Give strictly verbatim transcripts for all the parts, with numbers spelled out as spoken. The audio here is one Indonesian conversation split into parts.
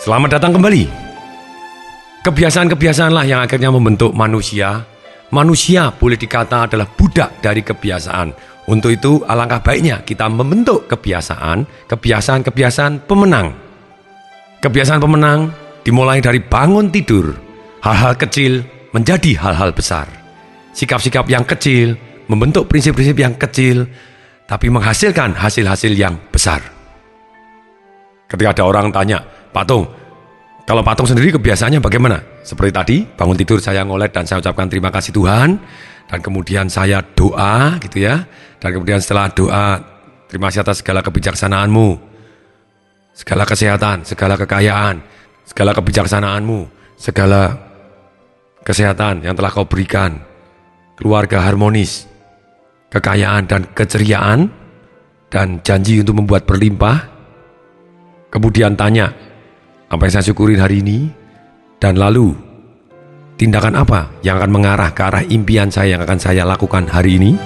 Selamat datang kembali. Kebiasaan-kebiasaanlah yang akhirnya membentuk manusia. Manusia boleh dikata adalah budak dari kebiasaan. Untuk itu alangkah baiknya kita membentuk kebiasaan, kebiasaan-kebiasaan pemenang. Kebiasaan pemenang dimulai dari bangun tidur. Hal-hal kecil menjadi hal-hal besar. Sikap-sikap yang kecil membentuk prinsip-prinsip yang kecil, tapi menghasilkan hasil-hasil yang besar. Ketika ada orang tanya, Pak Tung, kalau Pak Tung sendiri kebiasaannya bagaimana? Seperti tadi, bangun tidur saya ngolet dan saya ucapkan terima kasih Tuhan. Dan kemudian saya doa gitu ya. Dan kemudian setelah doa, terima kasih atas segala kebijaksanaanmu, segala kesehatan, segala kekayaan, segala kebijaksanaanmu, segala kesehatan yang telah kau berikan, keluarga harmonis, kekayaan dan keceriaan, dan janji untuk membuat berlimpah. Kemudian tanya, apa yang saya syukurin hari ini? Dan lalu, tindakan apa yang akan mengarah ke arah impian saya yang akan saya lakukan hari ini?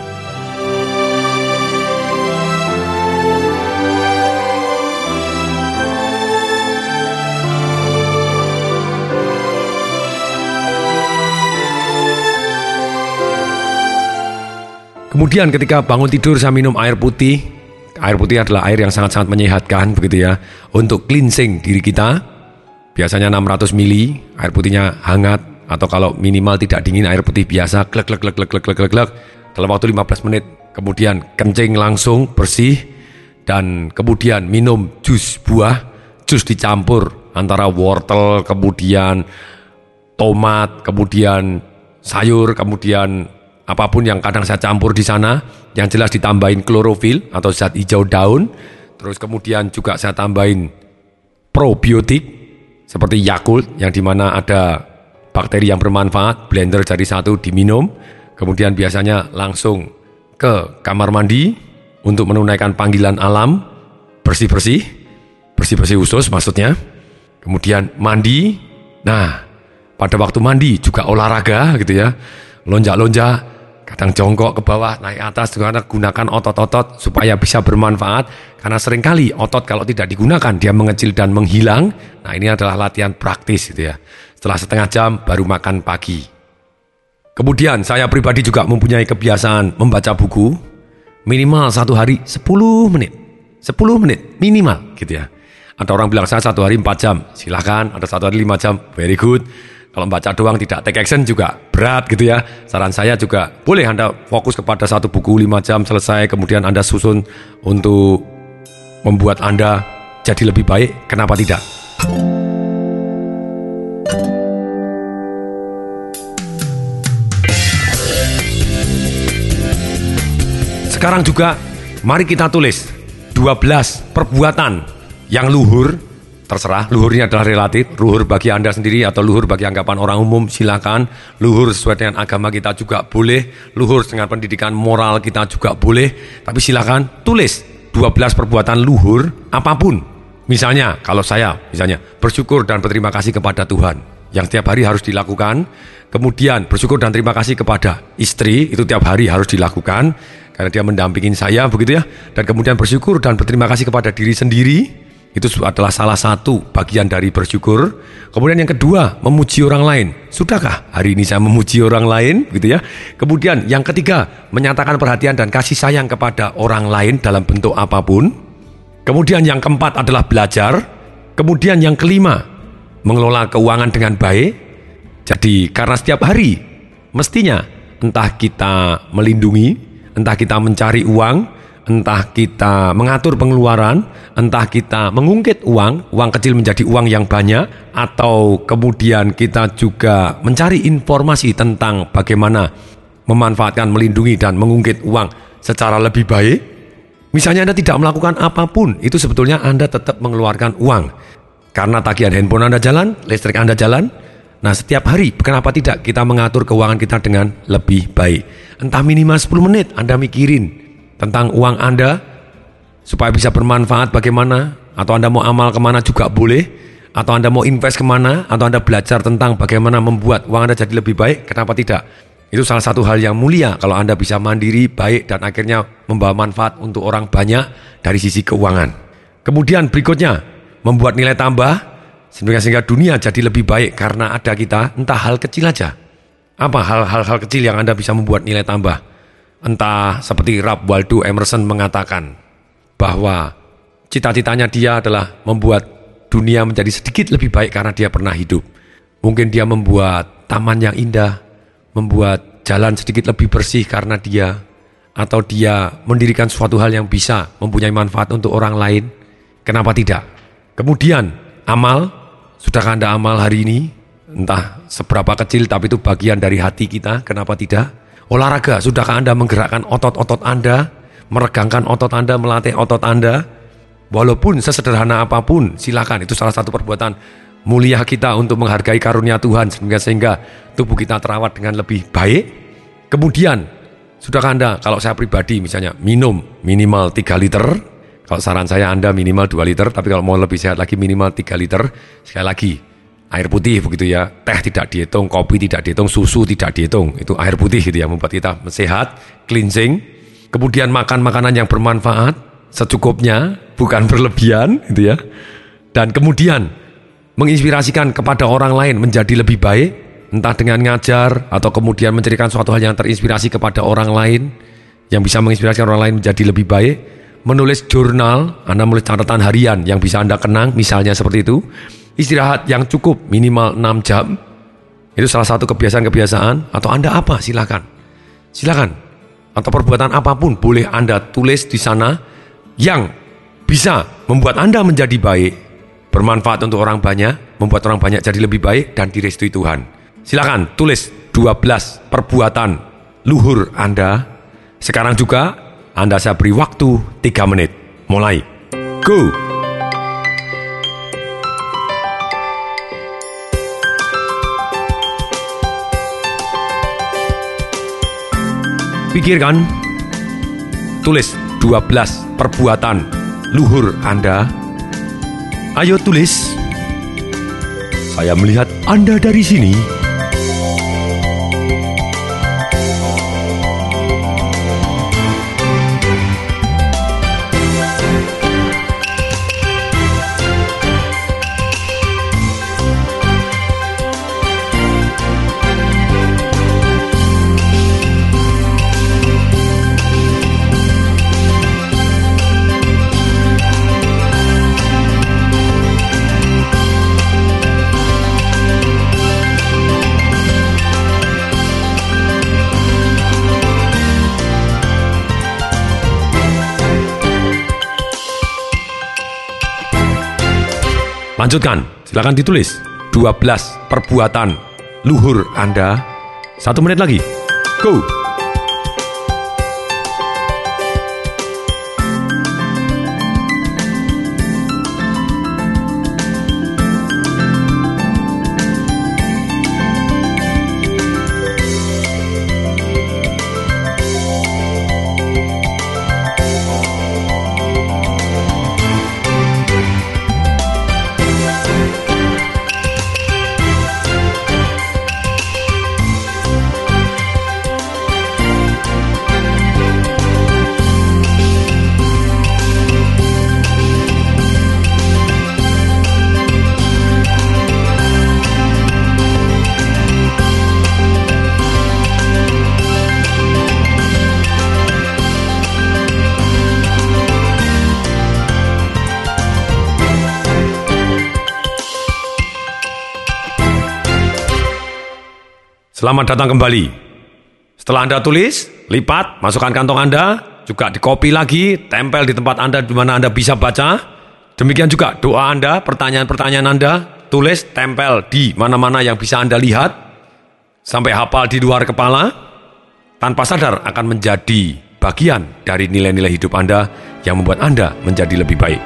Kemudian ketika bangun tidur saya minum air putih. Air putih adalah air yang sangat-sangat menyehatkan begitu ya, untuk cleansing diri kita. Biasanya enam ratus mili, air putihnya hangat, atau kalau minimal tidak dingin, air putih biasa, glek glek glek glek glek glek glek dalam waktu lima belas menit. Kemudian kencing langsung bersih, dan kemudian minum jus buah, jus dicampur antara wortel, kemudian tomat, kemudian sayur, kemudian apapun yang kadang saya campur di sana. Yang jelas ditambahin klorofil atau zat hijau daun. Terus kemudian juga saya tambahin probiotik seperti Yakult, yang dimana ada bakteri yang bermanfaat. Blender jadi satu diminum. Kemudian biasanya langsung ke kamar mandi untuk menunaikan panggilan alam, bersih-bersih, bersih-bersih usus maksudnya. Kemudian mandi. Nah, pada waktu mandi juga olahraga gitu ya, lonjak-lonjak, kadang jongkok ke bawah, naik atas, karena gunakan otot-otot supaya bisa bermanfaat. Karena seringkali otot kalau tidak digunakan, dia mengecil dan menghilang. Nah, ini adalah latihan praktis gitu ya. Setelah setengah jam baru makan pagi. Kemudian saya pribadi juga mempunyai kebiasaan membaca buku minimal satu hari sepuluh menit. sepuluh menit minimal gitu ya. Ada orang bilang saya satu hari empat jam. Silahkan, ada satu hari lima jam. Very good. Kalau baca doang tidak take action juga berat gitu ya. Saran saya juga boleh Anda fokus kepada satu buku lima jam selesai, kemudian Anda susun untuk membuat Anda jadi lebih baik. Kenapa tidak? Sekarang juga mari kita tulis dua belas perbuatan yang luhur. Terserah, luhurnya adalah relatif. Luhur bagi Anda sendiri atau luhur bagi anggapan orang umum, silakan. Luhur sesuai dengan agama kita juga boleh. Luhur dengan pendidikan moral kita juga boleh. Tapi silakan tulis dua belas perbuatan luhur apapun. Misalnya, kalau saya misalnya bersyukur dan berterima kasih kepada Tuhan, yang tiap hari harus dilakukan. Kemudian bersyukur dan terima kasih kepada istri, itu tiap hari harus dilakukan karena dia mendampingin saya begitu ya. Dan kemudian bersyukur dan berterima kasih kepada diri sendiri. Itu adalah salah satu bagian dari bersyukur. Kemudian yang kedua, memuji orang lain. Sudahkah hari ini saya memuji orang lain gitu ya? Kemudian yang ketiga, menyatakan perhatian dan kasih sayang kepada orang lain dalam bentuk apapun. Kemudian yang keempat adalah belajar. Kemudian yang kelima, mengelola keuangan dengan baik. Jadi karena setiap hari mestinya entah kita melindungi, entah kita mencari uang, entah kita mengatur pengeluaran, entah kita mengungkit uang, uang kecil menjadi uang yang banyak, atau kemudian kita juga mencari informasi tentang bagaimana memanfaatkan, melindungi, dan mengungkit uang secara lebih baik. Misalnya Anda tidak melakukan apapun, itu sebetulnya Anda tetap mengeluarkan uang. Karena tagihan handphone Anda jalan, listrik Anda jalan. Nah, setiap hari, kenapa tidak kita mengatur keuangan kita dengan lebih baik? Entah minimal sepuluh menit Anda mikirin tentang uang Anda, supaya bisa bermanfaat bagaimana, atau Anda mau amal kemana juga boleh, atau Anda mau invest kemana, atau Anda belajar tentang bagaimana membuat uang Anda jadi lebih baik, kenapa tidak? Itu salah satu hal yang mulia kalau Anda bisa mandiri, baik, dan akhirnya membawa manfaat untuk orang banyak dari sisi keuangan. Kemudian berikutnya, membuat nilai tambah Sehingga dunia jadi lebih baik karena ada kita, entah hal kecil aja. Apa hal-hal kecil yang Anda bisa membuat nilai tambah? Entah seperti Ralph Waldo Emerson mengatakan bahwa cita-citanya dia adalah membuat dunia menjadi sedikit lebih baik karena dia pernah hidup. Mungkin dia membuat taman yang indah, membuat jalan sedikit lebih bersih karena dia, atau dia mendirikan suatu hal yang bisa mempunyai manfaat untuk orang lain. Kenapa tidak? Kemudian amal, sudahkah Anda amal hari ini? Entah seberapa kecil tapi itu bagian dari hati kita, kenapa tidak? Olahraga, sudahkah Anda menggerakkan otot-otot Anda, meregangkan otot Anda, melatih otot Anda? Walaupun sesederhana apapun, silakan, itu salah satu perbuatan mulia kita untuk menghargai karunia Tuhan sehingga sehingga tubuh kita terawat dengan lebih baik. Kemudian, sudahkah Anda, kalau saya pribadi misalnya, minum minimal tiga liter, kalau saran saya Anda minimal dua liter, tapi kalau mau lebih sehat lagi minimal tiga liter, sekali lagi, air putih begitu ya, teh tidak dihitung, kopi tidak dihitung, susu tidak dihitung, itu air putih gitu ya, membuat kita sehat, cleansing. Kemudian makan makanan yang bermanfaat, secukupnya, bukan berlebihan gitu ya. Dan kemudian menginspirasikan kepada orang lain menjadi lebih baik, entah dengan ngajar atau kemudian menceritakan suatu hal yang terinspirasi kepada orang lain, yang bisa menginspirasi orang lain menjadi lebih baik. Menulis jurnal, Anda menulis catatan harian yang bisa Anda kenang, misalnya seperti itu. Istirahat yang cukup minimal enam jam, itu salah satu kebiasaan-kebiasaan. Atau Anda apa? Silakan, silakan. Atau perbuatan apapun boleh Anda tulis di sana yang bisa membuat Anda menjadi baik, bermanfaat untuk orang banyak, membuat orang banyak jadi lebih baik dan direstui Tuhan. Silakan tulis dua belas perbuatan luhur Anda. Sekarang juga Anda saya beri waktu tiga menit. Mulai. Go! Pikirkan, tulis dua belas perbuatan luhur Anda. Ayo tulis. Saya melihat Anda dari sini. Lanjutkan, silakan ditulis dua belas perbuatan luhur Anda. Satu menit lagi. Go! Selamat datang kembali. Setelah Anda tulis, lipat, masukkan kantong Anda, juga dikopi lagi, tempel di tempat Anda di mana Anda bisa baca. Demikian juga doa Anda, pertanyaan-pertanyaan Anda, tulis, tempel di mana-mana yang bisa Anda lihat, sampai hafal di luar kepala, tanpa sadar akan menjadi bagian dari nilai-nilai hidup Anda yang membuat Anda menjadi lebih baik.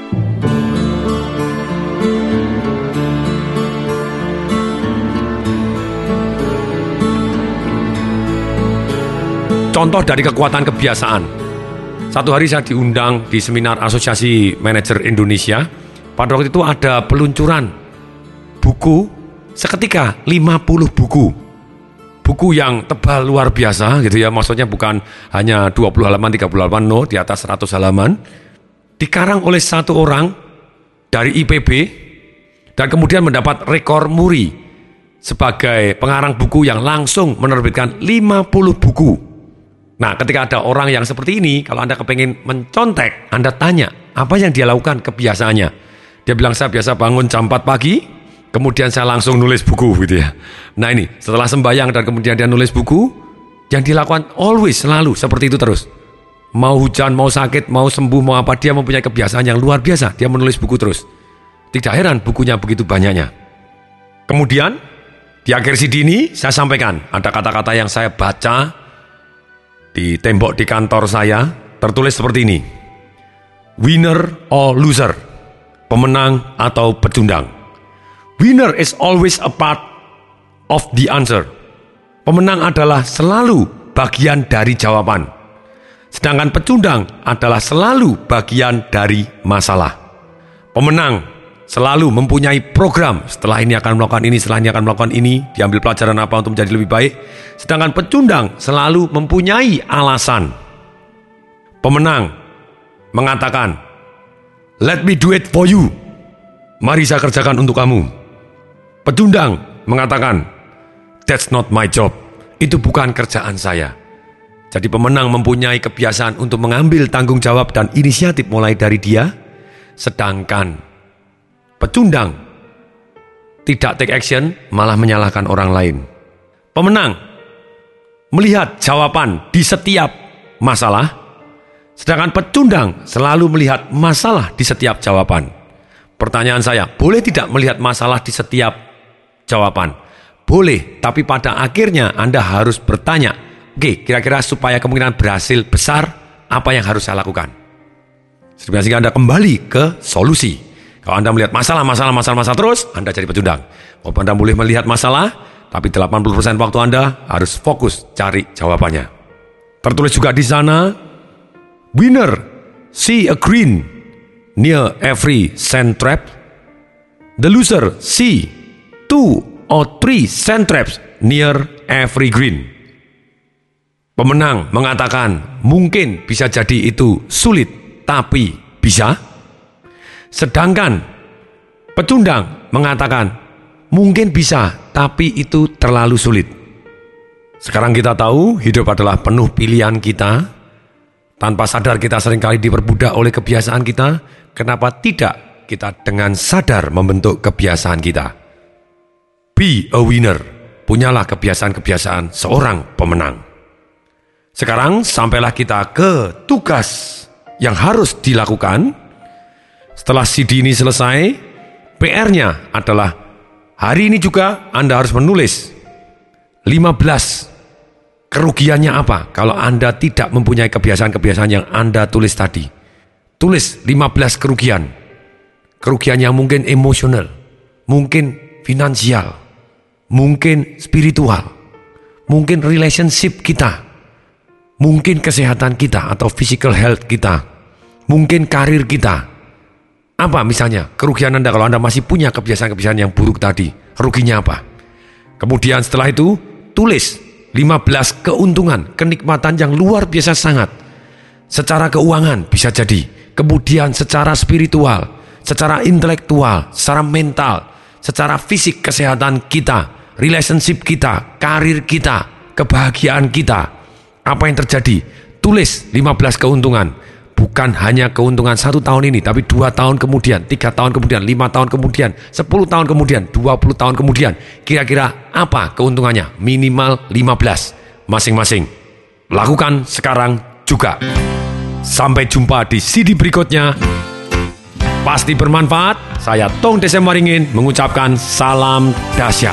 Contoh dari kekuatan kebiasaan. Satu hari saya diundang di seminar Asosiasi Manajer Indonesia. Pada waktu itu ada peluncuran buku seketika lima puluh buku. Buku yang tebal luar biasa gitu ya. Maksudnya bukan hanya dua puluh halaman, tiga puluh halaman, no, di atas seratus halaman. Dikarang oleh satu orang dari I P B dan kemudian mendapat rekor muri sebagai pengarang buku yang langsung menerbitkan lima puluh buku. Nah, ketika ada orang yang seperti ini, kalau Anda kepengen mencontek, Anda tanya, apa yang dia lakukan kebiasaannya? Dia bilang, saya biasa bangun jam empat pagi, kemudian saya langsung nulis buku gitu ya. Nah ini, setelah sembahyang dan kemudian dia nulis buku, yang dilakukan always, selalu, seperti itu terus. Mau hujan, mau sakit, mau sembuh, mau apa, dia mempunyai kebiasaan yang luar biasa. Dia menulis buku terus. Tidak heran bukunya begitu banyaknya. Kemudian, di akhir C D ini, saya sampaikan, ada kata-kata yang saya baca di tembok di kantor saya, tertulis seperti ini. Winner or loser, pemenang atau pecundang. Winner is always a part of the answer. Pemenang adalah selalu bagian dari jawaban. Sedangkan pecundang adalah selalu bagian dari masalah. Pemenang selalu mempunyai program. Setelah ini akan melakukan ini, setelah ini akan melakukan ini. Diambil pelajaran apa untuk menjadi lebih baik. Sedangkan pecundang selalu mempunyai alasan. Pemenang mengatakan, let me do it for you. Mari saya kerjakan untuk kamu. Pecundang mengatakan, that's not my job. Itu bukan kerjaan saya. Jadi pemenang mempunyai kebiasaan untuk mengambil tanggung jawab dan inisiatif mulai dari dia. Sedangkan pecundang tidak take action, malah menyalahkan orang lain. Pemenang melihat jawaban di setiap masalah. Sedangkan pecundang selalu melihat masalah di setiap jawaban. Pertanyaan saya, boleh tidak melihat masalah di setiap jawaban? Boleh, tapi pada akhirnya Anda harus bertanya, oke, kira-kira supaya kemungkinan berhasil besar, apa yang harus saya lakukan? Sehingga Anda kembali ke solusi. Kalau Anda melihat masalah, masalah, masalah, masalah terus, Anda jadi pecundang. Kalau Anda boleh melihat masalah, tapi delapan puluh persen waktu Anda harus fokus cari jawabannya. Tertulis juga di sana, winner see a green near every sand trap. The loser see two or three sand traps near every green. Pemenang mengatakan mungkin bisa jadi itu sulit, tapi bisa. Sedangkan pecundang mengatakan mungkin bisa, tapi itu terlalu sulit. Sekarang kita tahu hidup adalah penuh pilihan kita. Tanpa sadar kita seringkali diperbudak oleh kebiasaan kita. Kenapa tidak kita dengan sadar membentuk kebiasaan kita? Be a winner. Punyalah kebiasaan-kebiasaan seorang pemenang. Sekarang sampailah kita ke tugas yang harus dilakukan. Setelah C D ini selesai, P R-nya adalah hari ini juga Anda harus menulis lima belas kerugiannya apa kalau Anda tidak mempunyai kebiasaan-kebiasaan yang Anda tulis tadi. Tulis lima belas kerugian. Kerugian yang mungkin emosional, mungkin finansial, mungkin spiritual, mungkin relationship kita, mungkin kesehatan kita atau physical health kita, mungkin karir kita. Apa misalnya kerugian Anda kalau Anda masih punya kebiasaan-kebiasaan yang buruk tadi? Ruginya apa? Kemudian setelah itu tulis lima belas keuntungan, kenikmatan yang luar biasa sangat. Secara keuangan bisa jadi, kemudian secara spiritual, secara intelektual, secara mental, secara fisik kesehatan kita, relationship kita, karir kita, kebahagiaan kita. Apa yang terjadi? Tulis lima belas keuntungan. Bukan hanya keuntungan satu tahun ini, tapi dua tahun kemudian, tiga tahun kemudian, lima tahun kemudian, sepuluh tahun kemudian, dua puluh tahun kemudian. Kira-kira apa keuntungannya? Minimal lima belas masing-masing. Lakukan sekarang juga. Sampai jumpa di C D berikutnya. Pasti bermanfaat. Saya Tong Desem Waringin mengucapkan salam dahsyat.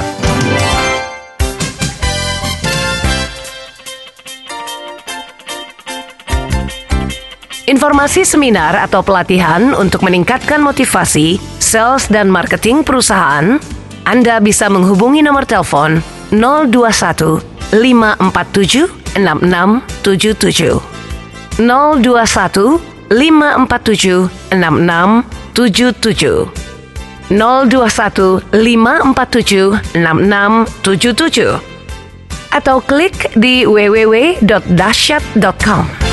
Informasi seminar atau pelatihan untuk meningkatkan motivasi, sales dan marketing perusahaan, Anda bisa menghubungi nomor telepon nol dua satu lima empat tujuh enam enam tujuh tujuh nol dua satu lima empat tujuh enam enam tujuh tujuh nol dua satu lima empat tujuh enam enam tujuh tujuh atau klik di w w w dot dahsyat dot com.